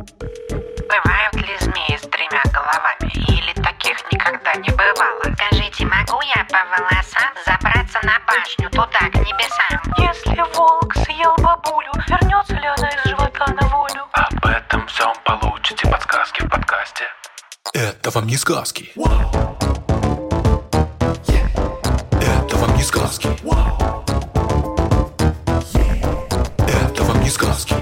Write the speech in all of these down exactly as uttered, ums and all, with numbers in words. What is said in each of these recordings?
Бывают ли змеи с тремя головами? Или таких никогда не бывало? Скажите, могу я по волосам забраться на башню, туда, к небесам? Если волк съел бабулю, вернется ли она из живота на волю? Об этом всем получите подсказки в подкасте. Это вам не сказки. Это вам не сказки. Это вам не сказки.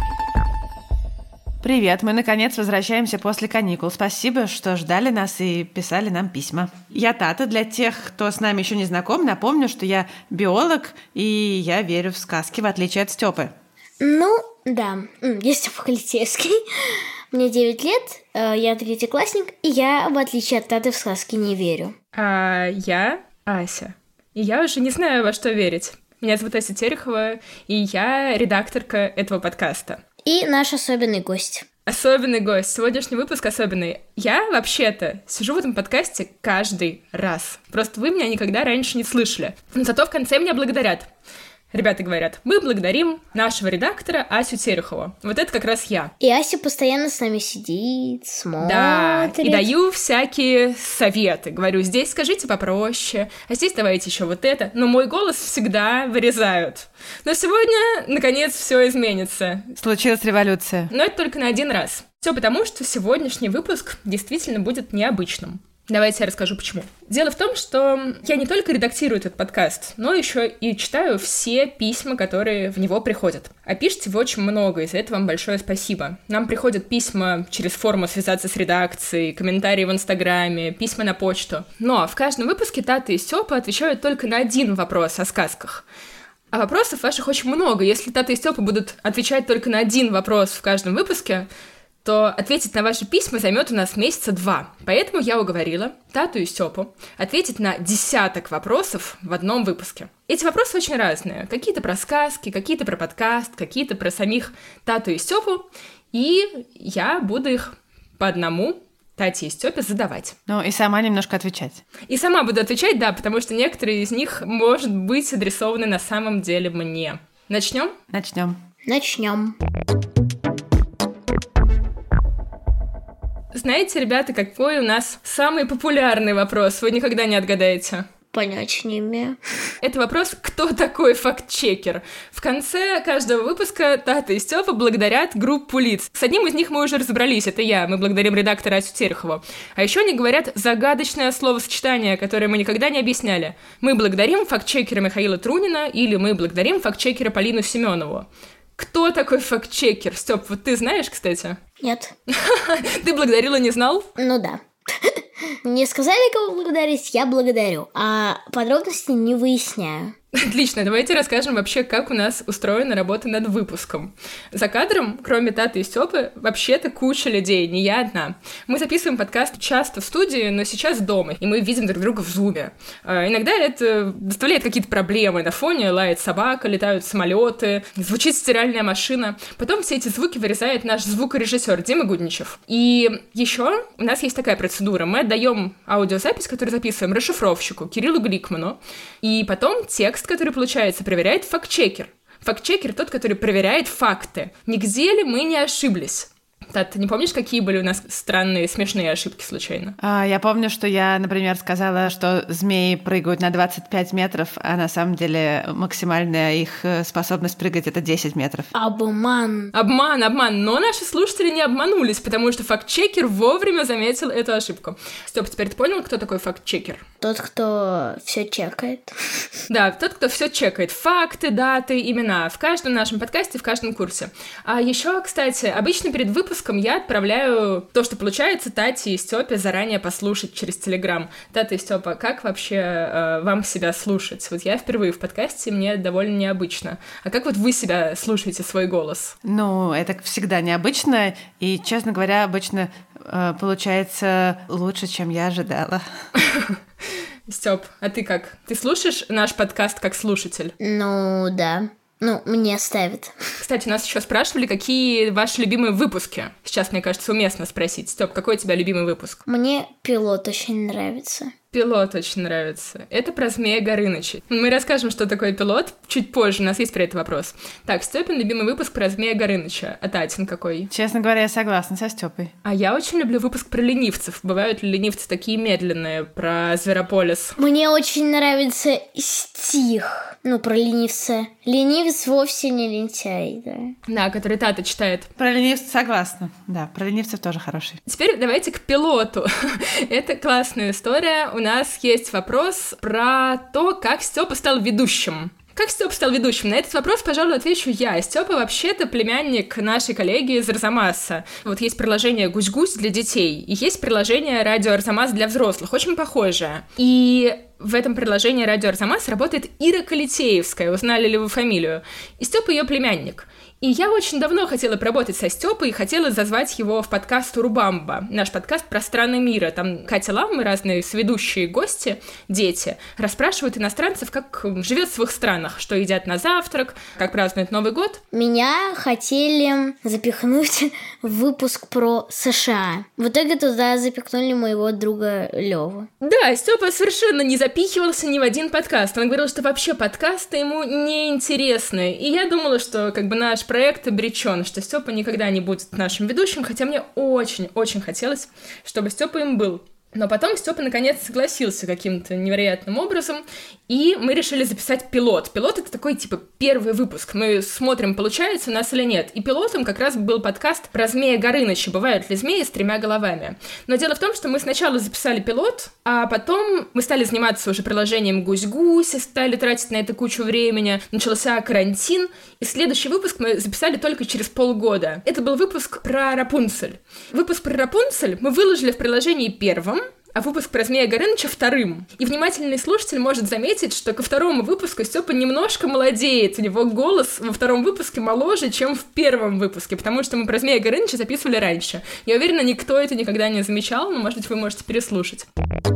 Привет, мы наконец возвращаемся после каникул. Спасибо, что ждали нас и писали нам письма. Я Тата. Для тех, кто с нами еще не знаком, напомню, что я биолог, и я верю в сказки, в отличие от Степы. Ну, да, я Степа Халитейский. Мне девять лет, я третьеклассник, и я, в отличие от Таты, в сказки не верю. А я Ася. И я уже не знаю, во что верить. Меня зовут Ася Терехова, и я редакторка этого подкаста. И наш особенный гость. Особенный гость. Сегодняшний выпуск особенный. Я, вообще-то, сижу в этом подкасте каждый раз. Просто вы меня никогда раньше не слышали. Но зато в конце меня благодарят. Ребята говорят, мы благодарим нашего редактора Асю Терехову. Вот это как раз я. И Ася постоянно с нами сидит, смотрит. Да, и даю всякие советы. Говорю, здесь скажите попроще, а здесь давайте еще вот это. Но мой голос всегда вырезают. Но сегодня, наконец, все изменится. Случилась революция. Но это только на один раз. Все потому, что сегодняшний выпуск действительно будет необычным. Давайте я расскажу, почему. Дело в том, что я не только редактирую этот подкаст, но еще и читаю все письма, которые в него приходят. А пишете вы очень много, и за это вам большое спасибо. Нам приходят письма через форму связаться с редакцией, комментарии в Инстаграме, письма на почту. Но в каждом выпуске Тата и Степа отвечают только на один вопрос о сказках. А вопросов ваших очень много. Если Тата и Степа будут отвечать только на один вопрос в каждом выпуске, то ответить на ваши письма займет у нас месяца два. Поэтому я уговорила Тату и Степу ответить на десяток вопросов в одном выпуске. Эти вопросы очень разные. Какие-то про сказки, какие-то про подкаст, какие-то про самих Тату и Степу. И я буду их по одному Тате и Степе задавать. Ну и сама немножко отвечать. И сама буду отвечать, да, потому что некоторые из них, может быть, адресованы на самом деле мне. Начнем? Начнем. Начнем. Знаете, ребята, какой у нас самый популярный вопрос? Вы никогда не отгадаете. Понятия не имею. Это вопрос, кто такой факт-чекер? В конце каждого выпуска Тата и Степа благодарят группу лиц. С одним из них мы уже разобрались, это я. Мы благодарим редактора Асю Терехову. А еще они говорят загадочное словосочетание, которое мы никогда не объясняли. Мы благодарим факт-чекера Михаила Трунина или мы благодарим факт-чекера Полину Семенову. Кто такой факт-чекер? Степ, вот ты знаешь, кстати? Нет. Ты благодарила, не знал? Ну да. Мне сказали, кого благодарить, я благодарю. А подробности не выясняю. Отлично, давайте расскажем вообще, как у нас устроена работа над выпуском. За кадром, кроме Таты и Стёпы, вообще-то куча людей, не я одна. Мы записываем подкаст часто в студии, но сейчас дома, и мы видим друг друга в зуме. Иногда это доставляет какие-то проблемы. На фоне лает собака, летают самолеты, звучит стиральная машина. Потом все эти звуки вырезает наш звукорежиссер Дима Гудничев. И еще у нас есть такая процедура. Мы отдаем аудиозапись, которую записываем, расшифровщику Кириллу Гликману, и потом текст, который получается, проверяет факт-чекер. Факт-чекер тот, который проверяет факты. Нигде ли мы не ошиблись? Тат, ты не помнишь, какие были у нас странные, смешные ошибки случайно? А, я помню, что я, например, сказала, что змеи прыгают на двадцать пять метров, а на самом деле максимальная их способность прыгать — это десять метров. Обман. Обман, обман. Но наши слушатели не обманулись, потому что факт-чекер вовремя заметил эту ошибку. Стёп, теперь ты понял, кто такой факт-чекер? Тот, кто все чекает. Да, тот, кто все чекает. Факты, даты, имена. В каждом нашем подкасте, в каждом курсе. А еще, кстати, обычно перед выпуском я отправляю то, что получается, Тате и Стёпе заранее послушать через Телеграм. Тата и Стёпа, как вообще э, вам себя слушать? Вот я впервые в подкасте, мне довольно необычно. А как вот вы себя слушаете, свой голос? Ну, это всегда необычно, и, честно говоря, обычно э, получается лучше, чем я ожидала. Стёп, а ты как? Ты слушаешь наш подкаст как слушатель? Ну, да. Ну, мне ставят. Кстати, нас еще спрашивали, какие ваши любимые выпуски. Сейчас, мне кажется, уместно спросить. Стёп, какой у тебя любимый выпуск? Мне пилот очень нравится. Пилот очень нравится. Это про Змея Горыныча. Мы расскажем, что такое пилот, чуть позже, у нас есть про это вопрос. Так, Стёпин любимый выпуск про Змея Горыныча. А Татин какой? Честно говоря, я согласна со Стёпой. А я очень люблю выпуск про ленивцев. Бывают ли ленивцы такие медленные, про Зверополис? Мне очень нравится стих, ну, про ленивца. Ленивец вовсе не лентяй, да. Да, который Тата читает. Про ленивцев согласна. Да, про ленивцев тоже хороший. Теперь давайте к пилоту. Это классная история. У нас есть вопрос про то, как Стёпа стал ведущим. Как Стёпа стал ведущим? На этот вопрос, пожалуй, отвечу я. Стёпа вообще-то племянник нашей коллеги из Арзамаса. Вот есть приложение «Гусь-гусь» для детей, и есть приложение «Радио Арзамас» для взрослых, очень похожее. И в этом приложении «Радио Арзамас» работает Ира Калитеевская, узнали ли вы фамилию? И Стёпа её племянник. И я очень давно хотела поработать со Стёпой и хотела зазвать его в подкаст «Урубамба», наш подкаст про страны мира. Там Катя Ламмы, разные сведущие гости, дети, расспрашивают иностранцев, как живет в своих странах, что едят на завтрак, как празднуют Новый год. Меня хотели запихнуть в выпуск про США. В итоге туда запихнули моего друга Лёву. Да, Стёпа совершенно не запихивался ни в один подкаст. Он говорил, что вообще подкасты ему неинтересны. И я думала, что как бы наш проект обречен, что Стёпа никогда не будет нашим ведущим, хотя мне очень-очень хотелось, чтобы Стёпа им был. Но потом Стёпа наконец согласился каким-то невероятным образом, и мы решили записать пилот. Пилот — это такой, типа, первый выпуск. Мы смотрим, получается у нас или нет. И пилотом как раз был подкаст про Змея Горыныча. Бывают ли змеи с тремя головами? Но дело в том, что мы сначала записали пилот, а потом мы стали заниматься уже приложением «Гусь-гусь», стали тратить на это кучу времени. Начался карантин, и следующий выпуск мы записали только через полгода. Это был выпуск про Рапунцель. Выпуск про Рапунцель мы выложили в приложении первым, а выпуск про Змея Горыныча вторым. И внимательный слушатель может заметить, что ко второму выпуску Стёпа немножко молодеет. У него голос во втором выпуске моложе, чем в первом выпуске, потому что мы про Змея Горыныча записывали раньше. Я уверена, никто это никогда не замечал, но, может быть, вы можете переслушать.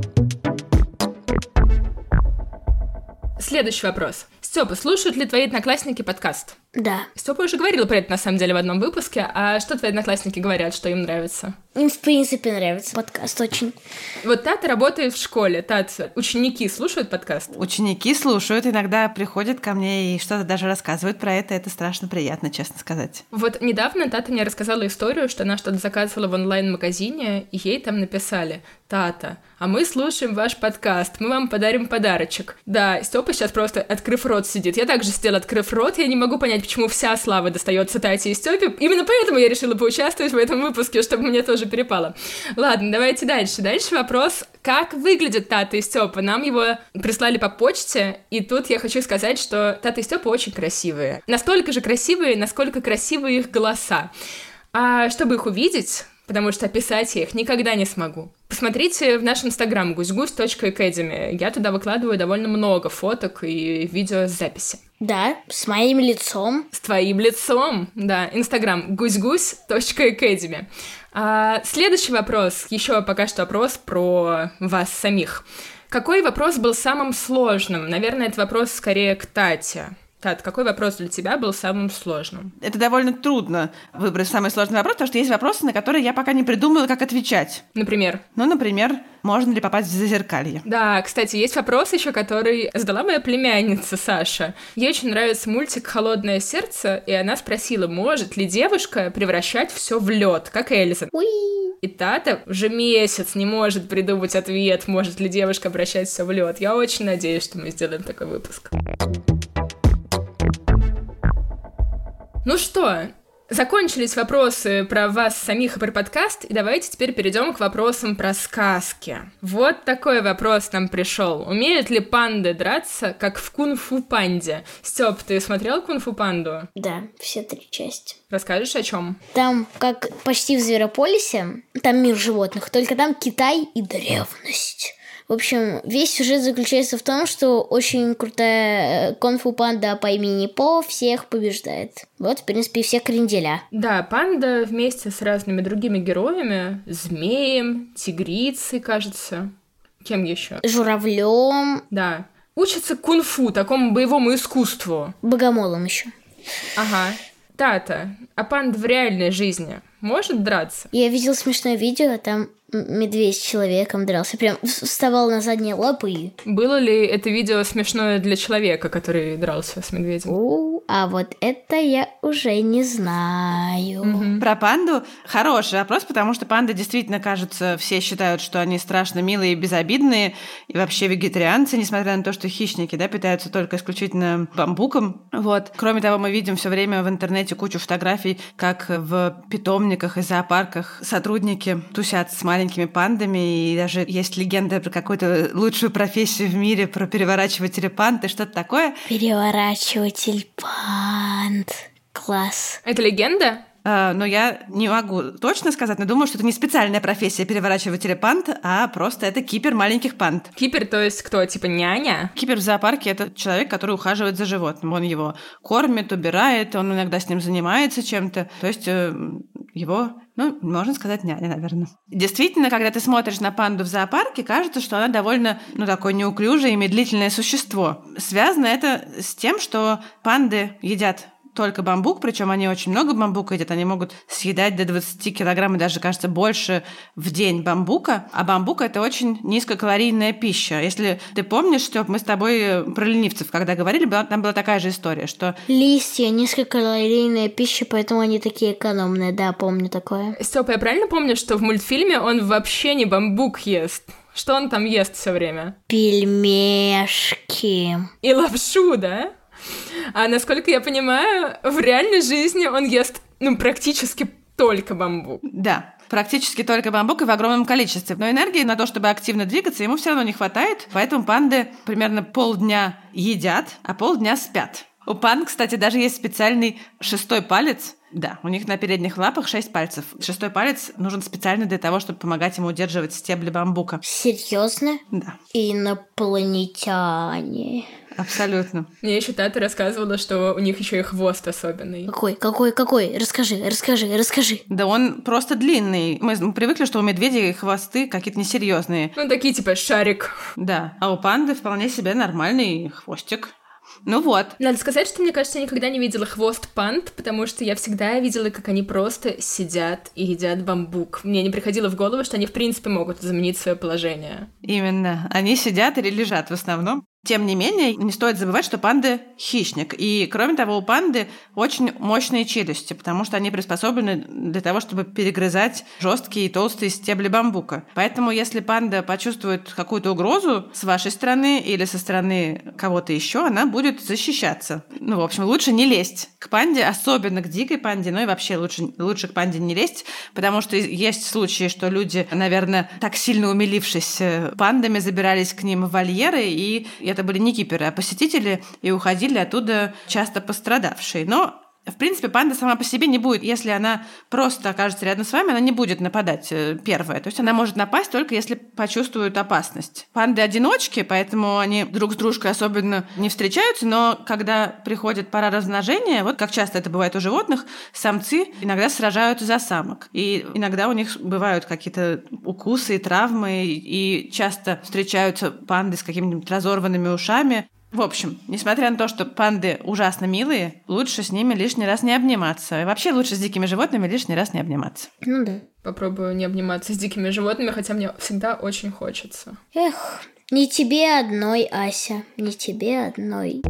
Следующий вопрос. Стёпа, слушают ли твои одноклассники подкаст? Да. Стёпа уже говорила про это, на самом деле, в одном выпуске. А что твои одноклассники говорят, что им нравится? Им, в принципе, нравится подкаст очень. Вот Тата работает в школе. Тата, ученики слушают подкаст? Ученики слушают, иногда приходят ко мне и что-то даже рассказывают про это. Это страшно приятно, честно сказать. Вот недавно Тата мне рассказала историю, что она что-то заказывала в онлайн-магазине, и ей там написали: «Тата, а мы слушаем ваш подкаст, мы вам подарим подарочек». Да, Стёпа сейчас просто, открыв рот, сидит. Я также сидела, открыв рот, я не могу понять, почему вся слава достается Тате и Стёпе. Именно поэтому я решила поучаствовать в этом выпуске, чтобы мне тоже перепало. Ладно, давайте дальше. Дальше вопрос, как выглядят Тата и Стёпа. Нам его прислали по почте, и тут я хочу сказать, что Тата и Стёпа очень красивые. Настолько же красивые, насколько красивы их голоса. А чтобы их увидеть, потому что описать я их никогда не смогу, посмотрите в наш инстаграм гусь-гусь точка академи. Я туда выкладываю довольно много фоток и видеозаписи. Да, с моим лицом. С твоим лицом, да. Инстаграм гусь-гусь точка академи. А, следующий вопрос, еще пока что вопрос про вас самих. Какой вопрос был самым сложным? Наверное, это вопрос скорее к Тате. Тат, какой вопрос для тебя был самым сложным? Это довольно трудно выбрать самый сложный вопрос, потому что есть вопросы, на которые я пока не придумала, как отвечать. Например? Ну, например, можно ли попасть в зазеркалье? Да, кстати, есть вопрос еще, который задала моя племянница Саша. Ей очень нравится мультик «Холодное сердце», и она спросила, может ли девушка превращать все в лед, как Эльза. Уи. И Тата уже месяц не может придумать ответ, может ли девушка обращать все в лед. Я очень надеюсь, что мы сделаем такой выпуск. Ну что, закончились вопросы про вас самих и про подкаст, и давайте теперь перейдем к вопросам про сказки. Вот такой вопрос нам пришел. Умеют ли панды драться, как в Кунг-фу панде? Стёп, ты смотрел Кунг-фу панду? Да, все три части. Расскажешь, о чем? Там, как почти в Зверополисе, там мир животных, только там Китай и древность. В общем, весь сюжет заключается в том, что очень крутая кунг-фу панда по имени По всех побеждает. Вот, в принципе, все кренделя. Да, панда вместе с разными другими героями, змеем, тигрицей, кажется. Кем еще? Журавлем. Да. Учатся кунг-фу, такому боевому искусству. Богомолом еще. Ага. Тата, а панда в реальной жизни может драться? Я видел смешное видео, там медведь с человеком дрался. Прям вставал на задние лапы и... Было ли это видео смешное для человека, который дрался с медведем? У, а вот это я уже не знаю. Угу. Про панду хороший вопрос, потому что панды действительно, кажется, все считают, что они страшно милые и безобидные, и вообще вегетарианцы, несмотря на то, что хищники, да, питаются только исключительно бамбуком. Вот. Кроме того, мы видим все время в интернете кучу фотографий, как в питомниках и зоопарках сотрудники тусят с маленькими пандами, и даже есть легенда про какую-то лучшую профессию в мире, про переворачивателя панд и что-то такое. Переворачиватель панд. Класс. Это легенда? Uh, но я не могу точно сказать, но думаю, что это не специальная профессия переворачивателя панд, а просто это кипер маленьких панд. Кипер, то есть кто? Типа няня? Кипер в зоопарке — это человек, который ухаживает за животным. Он его кормит, убирает, он иногда с ним занимается чем-то. То есть э, его, ну, можно сказать, няня, наверное. Действительно, когда ты смотришь на панду в зоопарке, кажется, что она довольно, ну, такое неуклюжее и медлительное существо. Связано это с тем, что панды едят только бамбук, причем они очень много бамбука едят, они могут съедать до двадцать килограмм и даже, кажется, больше в день бамбука, а бамбук — это очень низкокалорийная пища. Если ты помнишь, Стёп, мы с тобой про ленивцев, когда говорили, была, там была такая же история, что... Листья, низкокалорийная пища, поэтому они такие экономные, да, помню такое. Стёпа, я правильно помню, что в мультфильме он вообще не бамбук ест? Что он там ест все время? Пельмешки. И лапшу, да? А насколько я понимаю, в реальной жизни он ест, ну, практически только бамбук. Да, практически только бамбук и в огромном количестве. Но энергии на то, чтобы активно двигаться, ему все равно не хватает, поэтому панды примерно полдня едят, а полдня спят. У панд, кстати, даже есть специальный шестой палец. Да, у них на передних лапах шесть пальцев. Шестой палец нужен специально для того, чтобы помогать ему удерживать стебли бамбука. Серьезно? Да. Инопланетяне. Абсолютно. Мне еще тата рассказывала, что у них еще и хвост особенный. Какой, какой, какой? Расскажи, расскажи, расскажи. Да он просто длинный. Мы привыкли, что у медведей хвосты какие-то несерьезные. Ну, такие типа шарик. Да, а у панды вполне себе нормальный хвостик. Ну вот. Надо сказать, что, мне кажется, я никогда не видела хвост панд, потому что я всегда видела, как они просто сидят и едят бамбук. Мне не приходило в голову, что они, в принципе, могут заменить свое положение. Именно. Они сидят или лежат в основном. Тем не менее, не стоит забывать, что панда – хищник. И, кроме того, у панды очень мощные челюсти, потому что они приспособлены для того, чтобы перегрызать жесткие и толстые стебли бамбука. Поэтому, если панда почувствует какую-то угрозу с вашей стороны или со стороны кого-то еще, она будет защищаться. Ну, в общем, лучше не лезть к панде, особенно к дикой панде, ну и вообще лучше, лучше к панде не лезть, потому что есть случаи, что люди, наверное, так сильно умилившись пандами, забирались к ним в вольеры, и это были не киперы, а посетители, и уходили оттуда часто пострадавшие. Но, в принципе, панда сама по себе не будет, если она просто окажется рядом с вами, она не будет нападать первая. То есть она может напасть только если почувствует опасность. Панды одиночки, поэтому они друг с дружкой особенно не встречаются, но когда приходит пора размножения, вот как часто это бывает у животных, самцы иногда сражаются за самок. И иногда у них бывают какие-то укусы и травмы, и часто встречаются панды с какими-нибудь разорванными ушами. В общем, несмотря на то, что панды ужасно милые, лучше с ними лишний раз не обниматься. И вообще лучше с дикими животными лишний раз не обниматься. Ну да. Попробую не обниматься с дикими животными, хотя мне всегда очень хочется. Эх, не тебе одной, Ася, не тебе одной.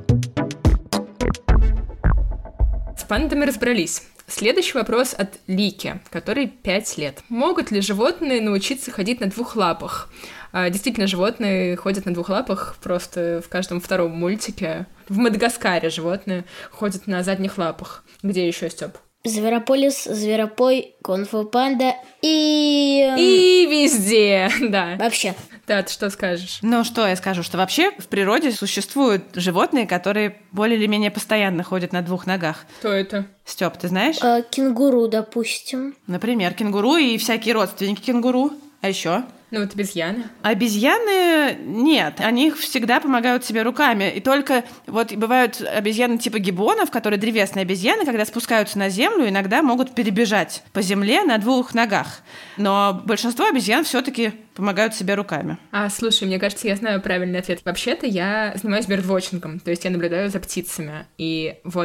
С пандами разобрались. Следующий вопрос от Лики, которой пять лет. Могут ли животные научиться ходить на двух лапах? Действительно, животные ходят на двух лапах просто в каждом втором мультике. В Мадагаскаре животные ходят на задних лапах. Где еще, Стёп? Зверополис, Зверопой, Кунг-фу Панда и... И везде, да. Вообще. Да, ты что скажешь? Ну, что я скажу, что вообще в природе существуют животные, которые более или менее постоянно ходят на двух ногах. Кто это? Стёп, ты знаешь? А, кенгуру, допустим. Например, кенгуру и всякие родственники кенгуру. А еще? Ну вот обезьяны. Обезьяны нет, они всегда помогают себе руками. И только вот бывают обезьяны типа гиббонов, которые древесные обезьяны, когда спускаются на землю, иногда могут перебежать по земле на двух ногах. Но большинство обезьян все-таки помогают себе руками. А, слушай, мне кажется, я знаю правильный ответ. Вообще-то я занимаюсь бердвотчингом, то есть я наблюдаю за птицами. И вот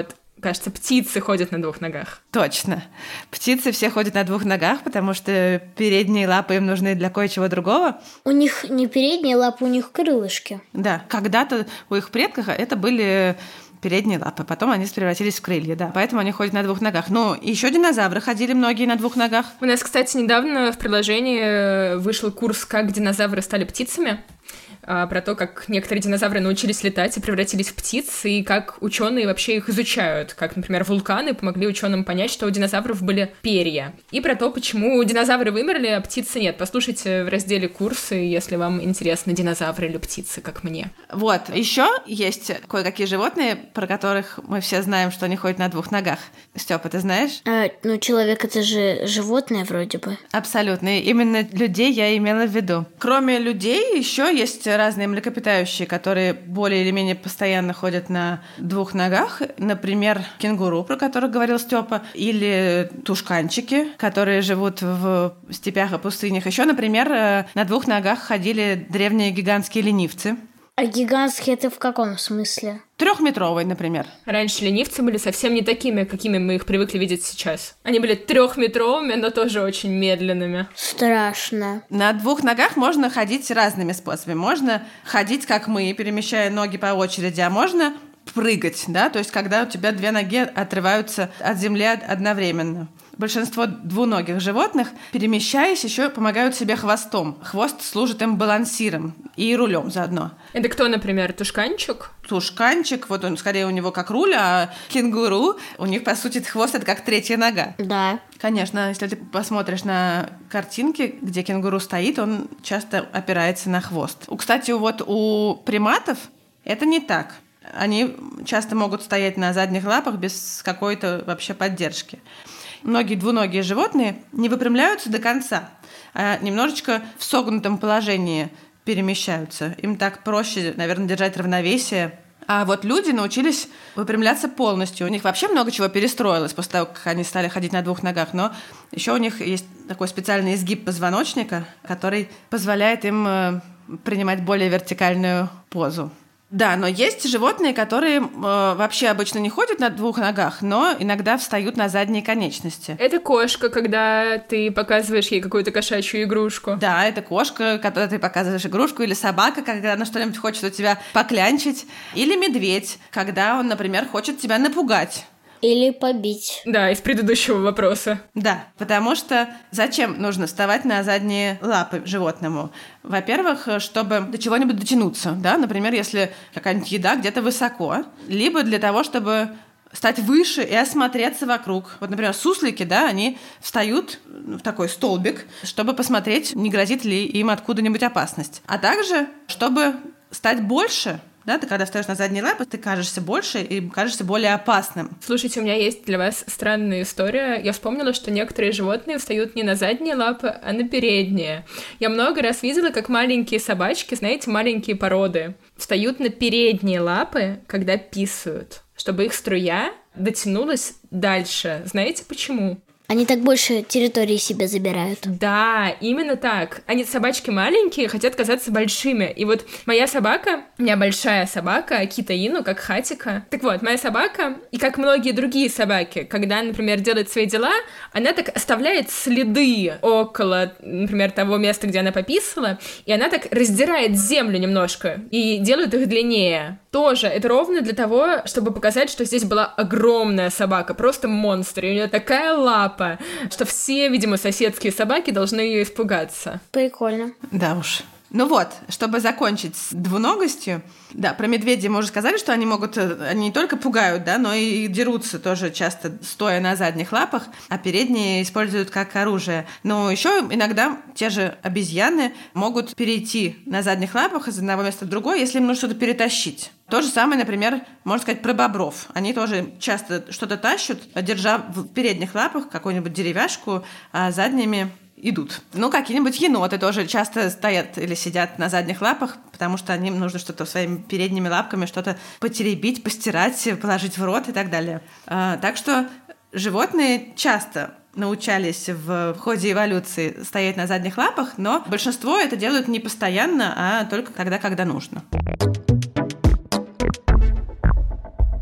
Кажется, птицы ходят на двух ногах. Точно. Птицы все ходят на двух ногах, потому что передние лапы им нужны для кое-чего другого. У них не передние лапы, у них крылышки. Да, когда-то у их предков это были передние лапы, потом они превратились в крылья, да, поэтому они ходят на двух ногах. Ну, еще динозавры ходили многие на двух ногах. У нас, кстати, недавно в приложении вышел курс «Как динозавры стали птицами», про то, как некоторые динозавры научились летать и превратились в птиц, и как ученые вообще их изучают. Как, например, вулканы помогли ученым понять, что у динозавров были перья. И про то, почему динозавры вымерли, а птицы нет. Послушайте в разделе «Курсы», если вам интересны динозавры или птицы, как мне. Вот. Еще есть кое-какие животные, про которых мы все знаем, что они ходят на двух ногах. Стёпа, ты знаешь? А, ну, человек — это же животное вроде бы. Абсолютно. И именно людей я имела в виду. Кроме людей, еще есть разные млекопитающие, которые более или менее постоянно ходят на двух ногах. Например, кенгуру, про которых говорил Степа, или тушканчики, которые живут в степях и пустынях. Еще, например, на двух ногах ходили древние гигантские ленивцы. А гигантские — это в каком смысле? Трехметровый, например. Раньше ленивцы были совсем не такими, какими мы их привыкли видеть сейчас. Они были трехметровыми, но тоже очень медленными. Страшно. На двух ногах можно ходить разными способами. Можно ходить, как мы, перемещая ноги по очереди, а можно прыгать, да, то есть когда у тебя две ноги отрываются от земли одновременно. Большинство двуногих животных, перемещаясь, еще помогают себе хвостом. Хвост служит им балансиром и рулем заодно. Это кто, например, тушканчик? Тушканчик, вот он скорее у него как руль, а кенгуру, у них, по сути, хвост — это как третья нога. Да. Конечно, если ты посмотришь на картинки, где кенгуру стоит, он часто опирается на хвост. Кстати, вот у приматов это не так. Они часто могут стоять на задних лапах без какой-то вообще поддержки. Многие двуногие животные не выпрямляются до конца, а немножечко в согнутом положении перемещаются. Им так проще, наверное, держать равновесие. А вот люди научились выпрямляться полностью. У них вообще много чего перестроилось после того, как они стали ходить на двух ногах. Но еще у них есть такой специальный изгиб позвоночника, который позволяет им принимать более вертикальную позу. Да, но есть животные, которые э, вообще обычно не ходят на двух ногах, но иногда встают на задние конечности. Это кошка, когда ты показываешь ей какую-то кошачью игрушку. Да, это кошка, когда ты показываешь игрушку, или собака, когда она что-нибудь хочет у тебя поклянчить, или медведь, когда он, например, хочет тебя напугать. Или побить. Да, из предыдущего вопроса. Да, потому что зачем нужно вставать на задние лапы животному? Во-первых, чтобы до чего-нибудь дотянуться, да, например, если какая-нибудь еда где-то высоко, либо для того, чтобы стать выше и осмотреться вокруг. Вот, например, суслики, да, они встают в такой столбик, чтобы посмотреть, не грозит ли им откуда-нибудь опасность. А также, чтобы стать больше. Да, ты когда встаешь на задние лапы, ты кажешься больше и кажешься более опасным. Слушайте, у меня есть для вас странная история. Я вспомнила, что некоторые животные встают не на задние лапы, а на передние. Я много раз видела, как маленькие собачки, знаете, маленькие породы, встают на передние лапы, когда писают, чтобы их струя дотянулась дальше. Знаете почему? Они так больше территории себе забирают. Да, именно так. Они собачки маленькие, хотят казаться большими. И вот моя собака, у меня большая собака, Акита Ину, как Хатика. Так вот, моя собака, и как многие другие собаки, когда, например, делает свои дела, она так оставляет следы около, например, того места, где она пописала, и она так раздирает землю немножко и делает их длиннее. Тоже это ровно для того, чтобы показать, что здесь была огромная собака, просто монстр, и у нее такая лапа, что все, видимо, соседские собаки должны ее испугаться. Прикольно. Да уж. Ну вот, чтобы закончить с двуногостью, да, про медведей мы уже сказали, что они могут, они не только пугают, да, но и дерутся тоже часто, стоя на задних лапах, а передние используют как оружие. Но еще иногда те же обезьяны могут перейти на задних лапах из одного места в другое, если им нужно что-то перетащить. То же самое, например, можно сказать про бобров. Они тоже часто что-то тащат, держа в передних лапах какую-нибудь деревяшку, а задними идут. Ну, какие-нибудь еноты тоже часто стоят или сидят на задних лапах, потому что им нужно что-то своими передними лапками, что-то потеребить, постирать, положить в рот и так далее. А, так что животные часто научались в ходе эволюции стоять на задних лапах, но большинство это делают не постоянно, а только тогда, когда нужно. У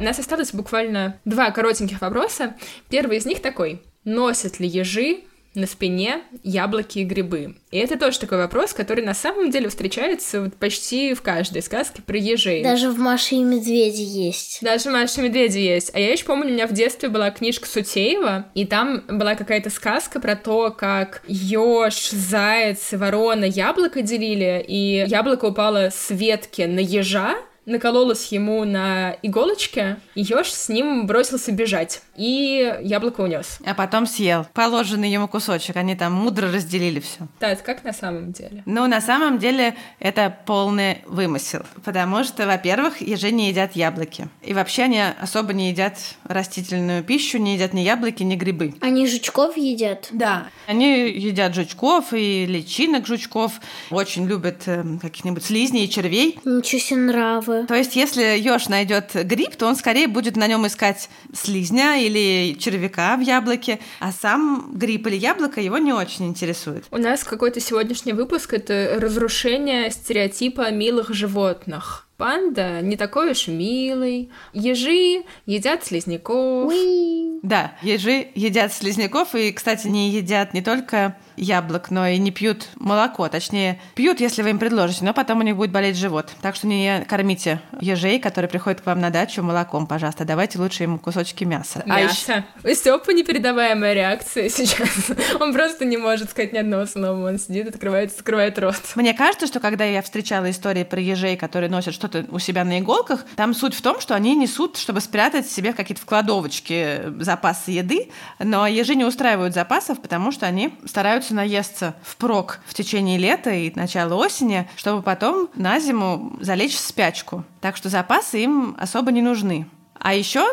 нас осталось буквально два коротеньких вопроса. Первый из них такой. Носят ли ежи на спине яблоки и грибы? И это тоже такой вопрос, который на самом деле встречается вот почти в каждой сказке про ежей. Даже в «Маше и Медведе» есть. Даже в «Маше и Медведе» есть. А я еще помню, у меня в детстве была книжка Сутеева, и там была какая-то сказка про то, как еж, заяц и ворона яблоко делили, и яблоко упало с ветки на ежа, накололась ему на иголочке, и еж с ним бросился бежать, и яблоко унес. А потом съел положенный ему кусочек, они там мудро разделили все. Да, это как на самом деле? Ну, на самом деле, это полный вымысел, потому что, во-первых, ежи не едят яблоки, и вообще они особо не едят растительную пищу, не едят ни яблоки, ни грибы. Они жучков едят? Да. Они едят жучков и личинок жучков, очень любят э, каких-нибудь слизней и червей. Ничего себе нравы. То есть, если еж найдет гриб, то он скорее будет на нем искать слизня или червяка в яблоке, а сам гриб или яблоко его не очень интересует. У нас какой-то сегодняшний выпуск — это разрушение стереотипа милых животных. Панда не такой уж милый. Ежи едят слизняков. Уи. Да, ежи едят слизняков и, кстати, не едят не только яблок, но и не пьют молоко. Точнее, пьют, если вы им предложите, но потом у них будет болеть живот. Так что не кормите ежей, которые приходят к вам на дачу, молоком, пожалуйста. Давайте лучше им кусочки мяса. Мясо. А еще... У Стёпы непередаваемая реакция сейчас. Он просто не может сказать ни одного слова. Он сидит, открывает, закрывает рот. Мне кажется, что когда я встречала истории про ежей, которые носят что-то у себя на иголках, там суть в том, что они несут, чтобы спрятать себе в какие-то вкладовочки запасы еды, но ежи не устраивают запасов, потому что они стараются наесться впрок в течение лета и начала осени, чтобы потом на зиму залечь в спячку. Так что запасы им особо не нужны. А еще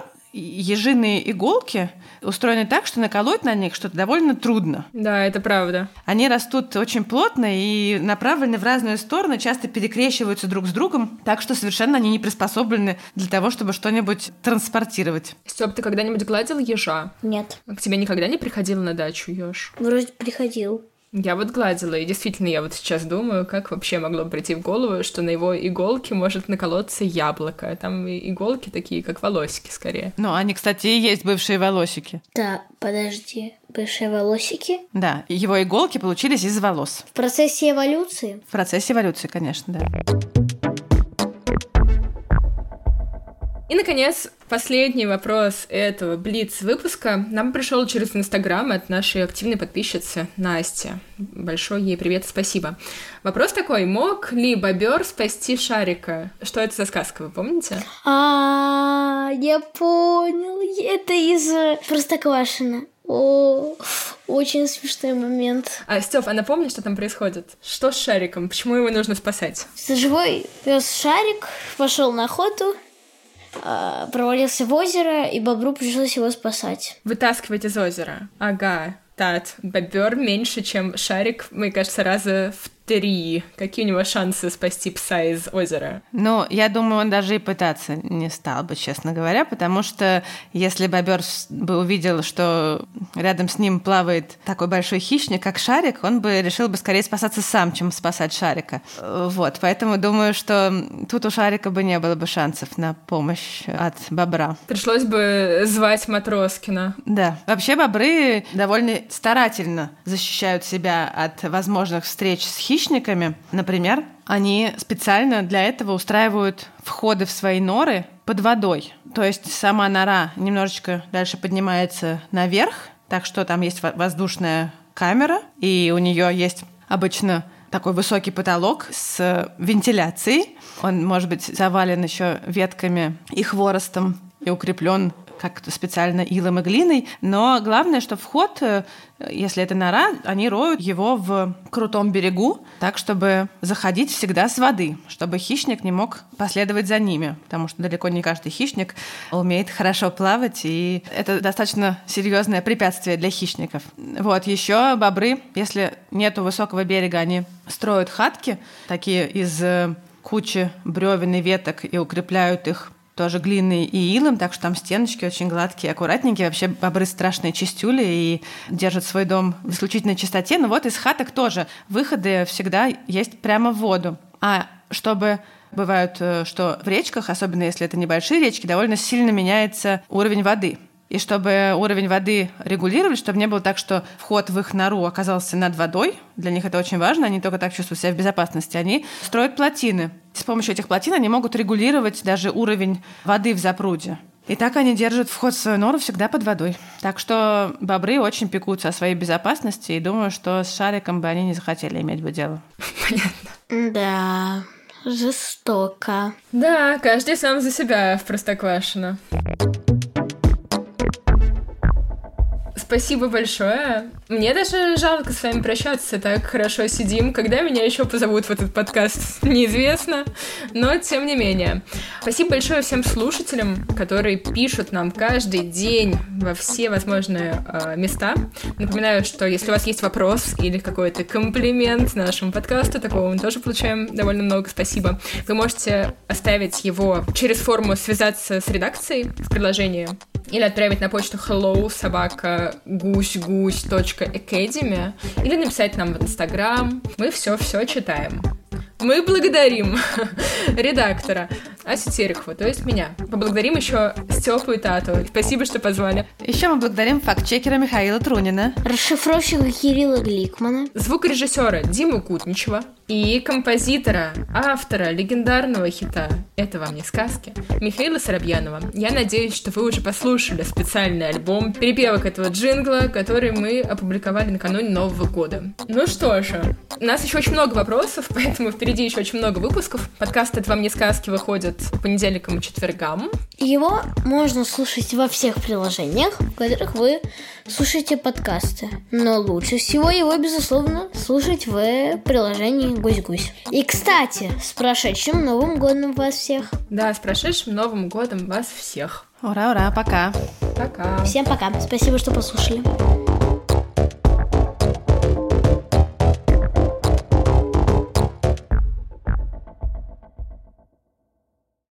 ежиные иголки устроены так, что наколоть на них что-то довольно трудно. Да, это правда. Они растут очень плотно и направлены в разные стороны, часто перекрещиваются друг с другом, так что совершенно они не приспособлены для того, чтобы что-нибудь транспортировать. Стёп, ты когда-нибудь гладил ежа? Нет. А к тебе никогда не приходил на дачу еж? Вроде приходил. Я вот гладила, и действительно, я вот сейчас думаю, как вообще могло прийти в голову, что на его иголке может наколоться яблоко. Там иголки такие, как волосики, скорее. Ну, они, кстати, и есть бывшие волосики. Да, подожди. Бывшие волосики? Да, его иголки получились из волос. В процессе эволюции? В процессе эволюции, конечно, да. И, наконец, последний вопрос этого Блиц-выпуска нам пришел через Инстаграм от нашей активной подписчицы Насти. Большой ей привет, спасибо. Вопрос такой: мог ли бобер спасти Шарика? Что это за сказка, вы помните? А, я понял. Это из Простоквашино. О, очень смешной момент. А, Стёп, а напомни, что там происходит? Что с Шариком? Почему его нужно спасать? Живой пес Шарик пошел на охоту, провалился в озеро, и бобру пришлось его спасать. Вытаскивать из озера. Ага. Тат, бобер меньше, чем Шарик, мне кажется, раза в три. Какие у него шансы спасти пса из озера? Ну, я думаю, он даже и пытаться не стал бы, честно говоря, потому что если бобер бы увидел, что рядом с ним плавает такой большой хищник, как Шарик, он бы решил бы скорее спасаться сам, чем спасать Шарика. Вот, поэтому думаю, что тут у Шарика бы не было бы шансов на помощь от бобра. Пришлось бы звать Матроскина. Да. Вообще бобры довольно старательно защищают себя от возможных встреч с хищниками. Например, они специально для этого устраивают входы в свои норы под водой. То есть сама нора немножечко дальше поднимается наверх, так что там есть воздушная камера, и у нее есть обычно такой высокий потолок с вентиляцией. Он может быть завален еще ветками и хворостом и укреплен как-то специально илом и глиной, но главное, что вход, если это нора, они роют его в крутом берегу, так, чтобы заходить всегда с воды, чтобы хищник не мог последовать за ними, потому что далеко не каждый хищник умеет хорошо плавать, и это достаточно серьезное препятствие для хищников. Вот, еще бобры, если нету высокого берега, они строят хатки, такие из кучи бревен и веток, и укрепляют их тоже глиной и илом, так что там стеночки очень гладкие, аккуратненькие. Вообще бобры страшные чистюли и держат свой дом в исключительной чистоте. Но вот из хаток тоже выходы всегда есть прямо в воду. А чтобы бывает, что в речках, особенно если это небольшие речки, довольно сильно меняется уровень воды. И чтобы уровень воды регулировать, чтобы не было так, что вход в их нору оказался над водой, для них это очень важно, они только так чувствуют себя в безопасности, они строят плотины. С помощью этих плотин они могут регулировать даже уровень воды в запруде. И так они держат вход в свою нору всегда под водой. Так что бобры очень пекутся о своей безопасности, и думаю, что с шариком бы они не захотели иметь бы дело. Понятно. Да, жестоко. Да, каждый сам за себя в Простоквашино. Спасибо большое. Мне даже жалко с вами прощаться, так хорошо сидим. Когда меня еще позовут в этот подкаст, неизвестно, но тем не менее. Спасибо большое всем слушателям, которые пишут нам каждый день во все возможные э, места. Напоминаю, что если у вас есть вопрос или какой-то комплимент нашему подкасту, такого мы тоже получаем довольно много, спасибо. Вы можете оставить его через форму «Связаться с редакцией» в приложении или отправить на почту hello собака гусь-гусь точка academy или написать нам в Инстаграм. Мы все-все читаем. Мы благодарим редактора Асю Терехову, то есть меня. Поблагодарим еще Степу и Тату. Спасибо, что позвали. Еще мы благодарим фактчекера Михаила Трунина, расшифровщика Кирилла Гликмана, звукорежиссера Диму Кутничева и композитора, автора легендарного хита «Это вам не сказки» Михаила Соробьянова. Я надеюсь, что вы уже послушали специальный альбом перепевок этого джингла, который мы опубликовали накануне Нового года. Ну что же, у нас еще очень много вопросов, поэтому впереди еще очень много выпусков. Подкаст «Это вам не сказки» выходит по понедельникам и четвергам. Его можно слушать во всех приложениях, в которых вы слушаете подкасты. Но лучше всего его, безусловно, слушать в приложении «Гусь-гусь». И, кстати, с прошедшим Новым годом вас всех! Да, с прошедшим Новым годом вас всех! Ура-ура, пока! Пока! Всем пока! Спасибо, что послушали!